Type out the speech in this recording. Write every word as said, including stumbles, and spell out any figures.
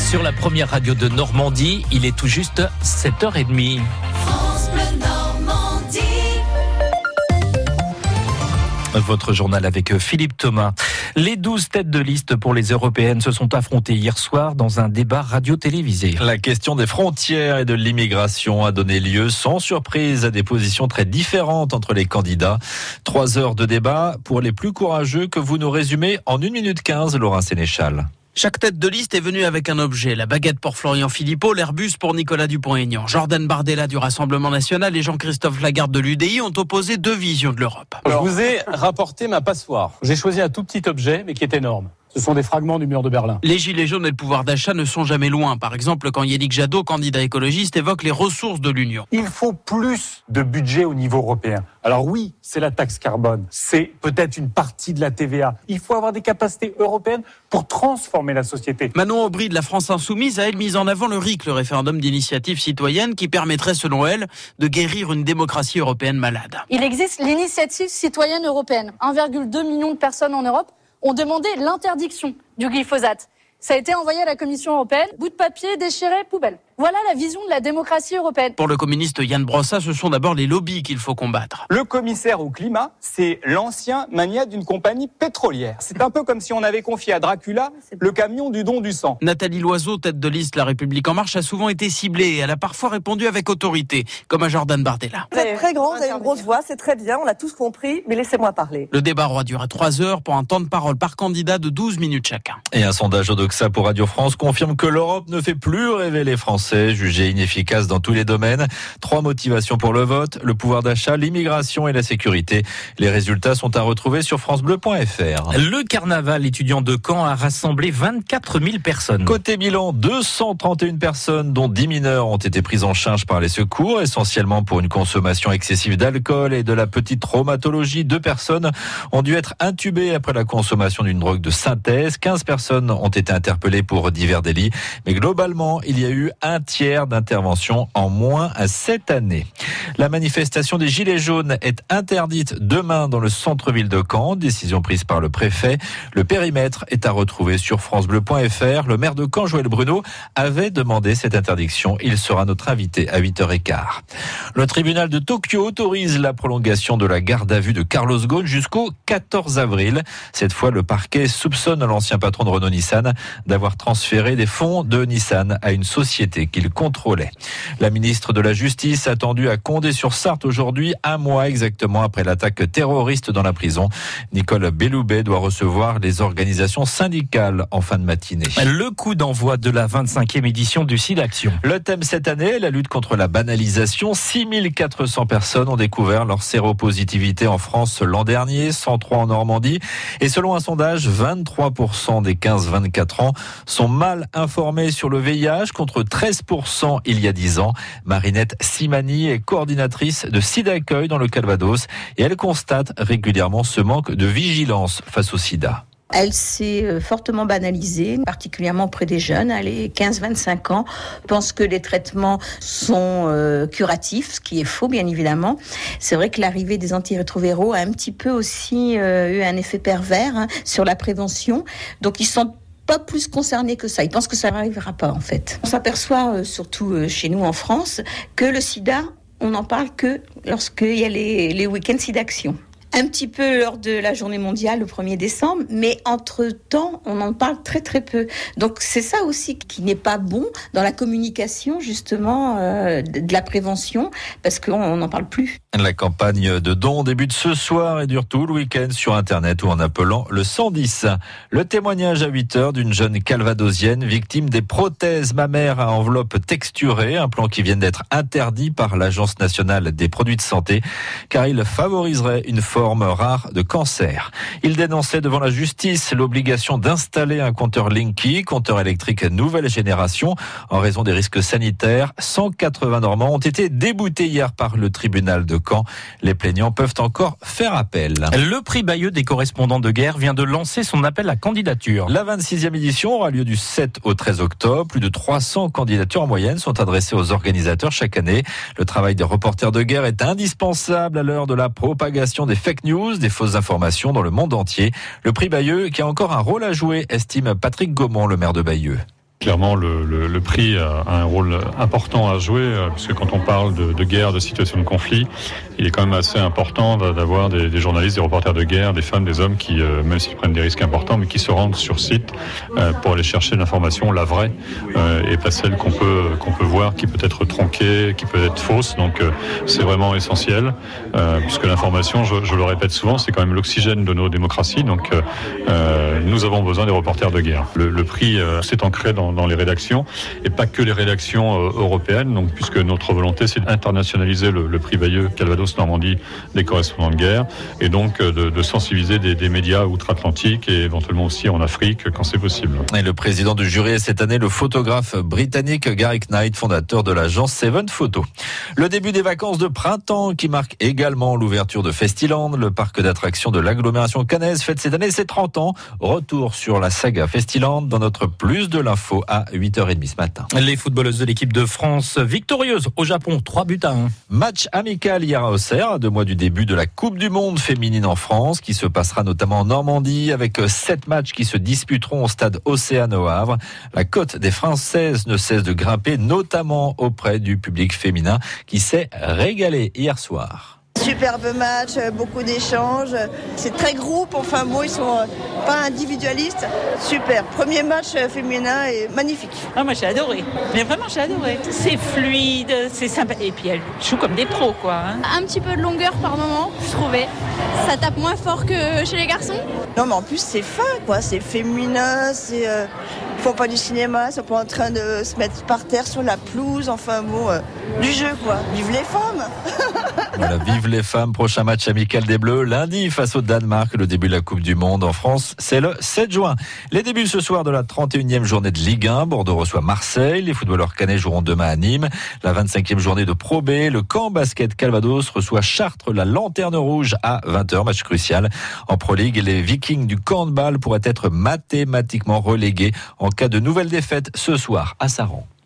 Sur la première radio de Normandie, il est tout juste sept heures trente. France Bleu Normandie. Votre journal avec Philippe Thomas. Les douze têtes de liste pour les européennes se sont affrontées hier soir dans un débat radio-télévisé. La question des frontières et de l'immigration a donné lieu sans surprise à des positions très différentes entre les candidats. Trois heures de débat pour les plus courageux que vous nous résumez en une minute quinze, Laurent Sénéchal. Chaque tête de liste est venue avec un objet. La baguette pour Florian Philippot, l'Airbus pour Nicolas Dupont-Aignan. Jordan Bardella du Rassemblement National et Jean-Christophe Lagarde de l'U D I ont opposé deux visions de l'Europe. Alors, je vous ai rapporté ma passoire. J'ai choisi un tout petit objet, mais qui est énorme. Ce sont des fragments du mur de Berlin. Les gilets jaunes et le pouvoir d'achat ne sont jamais loin. Par exemple, quand Yannick Jadot, candidat écologiste, évoque les ressources de l'Union. Il faut plus de budget au niveau européen. Alors oui, c'est la taxe carbone, c'est peut-être une partie de la T V A. Il faut avoir des capacités européennes pour transformer la société. Manon Aubry de la France Insoumise a, elle, mis en avant le R I C, le référendum d'initiative citoyenne, qui permettrait, selon elle, de guérir une démocratie européenne malade. Il existe l'initiative citoyenne européenne. un virgule deux million de personnes en Europe ont demandé l'interdiction du glyphosate. Ça a été envoyé à la Commission européenne, bout de papier, déchiré, poubelle. Voilà la vision de la démocratie européenne. Pour le communiste Yann Brossa, ce sont d'abord les lobbies qu'il faut combattre. Le commissaire au climat, c'est l'ancien magnat d'une compagnie pétrolière. C'est un peu comme si on avait confié à Dracula le camion du don du sang. Nathalie Loiseau, tête de liste La République En Marche, a souvent été ciblée et elle a parfois répondu avec autorité, comme à Jordan Bardella. Vous êtes très grand, vous avez une grosse voix, c'est très bien, on a tous compris, mais laissez-moi parler. Le débat aura duré trois heures pour un temps de parole par candidat de douze minutes chacun. Et un sondage Odoxa pour Radio France confirme que l'Europe ne fait plus rêver les Français, jugés inefficaces dans tous les domaines. Trois motivations pour le vote, le pouvoir d'achat, l'immigration et la sécurité. Les résultats sont à retrouver sur francebleu point f r. Le carnaval étudiant de Caen a rassemblé vingt-quatre mille personnes. Côté bilan, deux cent trente et une personnes, dont dix mineurs, ont été prises en charge par les secours, essentiellement pour une consommation excessive d'alcool et de la petite traumatologie. Deux personnes ont dû être intubées après la consommation d'une drogue de synthèse. quinze personnes ont été interpellées pour divers délits. Mais globalement, il y a eu un tiers d'intervention en moins cette année. La manifestation des Gilets jaunes est interdite demain dans le centre-ville de Caen. Décision prise par le préfet. Le périmètre est à retrouver sur francebleu point f r. Le maire de Caen, Joël Bruno, avait demandé cette interdiction. Il sera notre invité à huit heures quinze. Le tribunal de Tokyo autorise la prolongation de la garde à vue de Carlos Ghosn jusqu'au quatorze avril. Cette fois, le parquet soupçonne l'ancien patron de Renault-Nissan d'avoir transféré des fonds de Nissan à une société qu'il contrôlait. La ministre de la Justice attendue à Condé-sur-Sarthe aujourd'hui, un mois exactement après l'attaque terroriste dans la prison. Nicole Belloubet doit recevoir les organisations syndicales en fin de matinée. Le coup d'envoi de la vingt-cinquième édition du SIDAction. Le thème cette année, la lutte contre la banalisation. six mille quatre cents personnes ont découvert leur séropositivité en France l'an dernier, cent trois en Normandie. Et selon un sondage, vingt-trois pour cent des quinze vingt-quatre ans sont mal informés sur le V I H contre treize pour cent il y a dix ans. Marinette Simani est coordinatrice de SIDAccueil dans le Calvados et elle constate régulièrement ce manque de vigilance face au sida. Elle s'est fortement banalisée, particulièrement auprès des jeunes. Les quinze vingt-cinq ans pensent que les traitements sont euh, curatifs, ce qui est faux, bien évidemment. C'est vrai que l'arrivée des antirétroviraux a un petit peu aussi euh, eu un effet pervers hein, sur la prévention. Donc, ils sont pas plus concernés que ça. Ils pensent que ça n'arrivera pas, en fait. On s'aperçoit, euh, surtout euh, chez nous en France, que le sida, on n'en parle que lorsqu'il y a les, les week-ends SIDAction. Un petit peu lors de la journée mondiale, le premier décembre, mais entre-temps, on en parle très très peu. Donc c'est ça aussi qui n'est pas bon dans la communication, justement, euh, de la prévention, parce qu'on n'en parle plus. La campagne de dons débute ce soir et dure tout le week-end sur Internet ou en appelant le cent dix. Le témoignage à huit heures d'une jeune calvadosienne victime des prothèses mammaires à enveloppe texturée, un plan qui vient d'être interdit par l'Agence nationale des produits de santé, car il favoriserait une forme rare de cancer. Il dénonçait devant la justice l'obligation d'installer un compteur Linky, compteur électrique nouvelle génération, en raison des risques sanitaires. cent quatre-vingts Normands ont été déboutés hier par le tribunal de Caen. Les plaignants peuvent encore faire appel. Le prix Bayeux des correspondants de guerre vient de lancer son appel à candidature. La vingt-sixième édition aura lieu du sept au treize octobre. Plus de trois cents candidatures en moyenne sont adressées aux organisateurs chaque année. Le travail des reporters de guerre est indispensable à l'heure de la propagation des fake news, des fausses informations dans le monde entier. Le prix Bayeux qui a encore un rôle à jouer, estime Patrick Gaumont, le maire de Bayeux. Clairement, le, le, le prix a un rôle important à jouer, puisque quand on parle de, de guerre, de situation de conflit, il est quand même assez important d'avoir des, des journalistes, des reporters de guerre, des femmes, des hommes qui, euh, même s'ils prennent des risques importants, mais qui se rendent sur site euh, pour aller chercher l'information, la vraie, euh, et pas celle qu'on peut qu'on peut voir, qui peut être tronquée, qui peut être fausse. Donc euh, c'est vraiment essentiel, euh, puisque l'information, je, je le répète souvent, c'est quand même l'oxygène de nos démocraties. Donc euh, nous avons besoin des reporters de guerre. Le, le prix euh, s'est ancré dans dans les rédactions, et pas que les rédactions euh, européennes, donc, puisque notre volonté c'est d'internationaliser le, le prix Bayeux Calvados Normandie des correspondants de guerre, et donc euh, de, de sensibiliser des, des médias outre-Atlantique et éventuellement aussi en Afrique quand c'est possible. Et le président du jury est cette année le photographe britannique Gary Knight, fondateur de l'agence Seven Photo. Le début des vacances de printemps qui marque également l'ouverture de Festiland, le parc d'attractions de l'agglomération caennaise fête cette année ses trente ans. Retour sur la saga Festiland dans notre Plus de l'info à huit heures trente ce matin. Les footballeuses de l'équipe de France victorieuses au Japon, trois buts à un. Match amical hier à Auxerre, à deux mois du début de la Coupe du Monde féminine en France, qui se passera notamment en Normandie, avec sept matchs qui se disputeront au stade Océane au Havre. La cote des Françaises ne cesse de grimper, notamment auprès du public féminin, qui s'est régalé hier soir. Superbe match, beaucoup d'échanges. C'est très groupe, enfin bon, ils sont pas individualistes. Super. Premier match féminin et magnifique. Ah, moi j'ai adoré. Mais vraiment j'ai adoré. C'est fluide, c'est sympa. Et puis elles jouent comme des pros, quoi. Hein. Un petit peu de longueur par moment, je trouvais. Ça tape moins fort que chez les garçons. Non, mais en plus c'est fin, quoi. C'est féminin, c'est. Euh... Ils font pas du cinéma, ils sont pas en train de se mettre par terre sur la pelouse, enfin bon, euh, du jeu quoi. Vive les femmes. Voilà, vive les femmes. Prochain match amical des Bleus lundi face au Danemark. Le début de la Coupe du Monde en France, c'est le sept juin. Les débuts ce soir de la trente et unième journée de Ligue un. Bordeaux reçoit Marseille. Les footballeurs caennais joueront demain à Nîmes. La vingt-cinquième journée de Pro B. Le camp basket Calvados reçoit Chartres, la Lanterne Rouge à vingt heures. Match crucial. En Pro League, les Vikings du handball pourraient être mathématiquement relégués en cas de nouvelle défaite ce soir à Saran.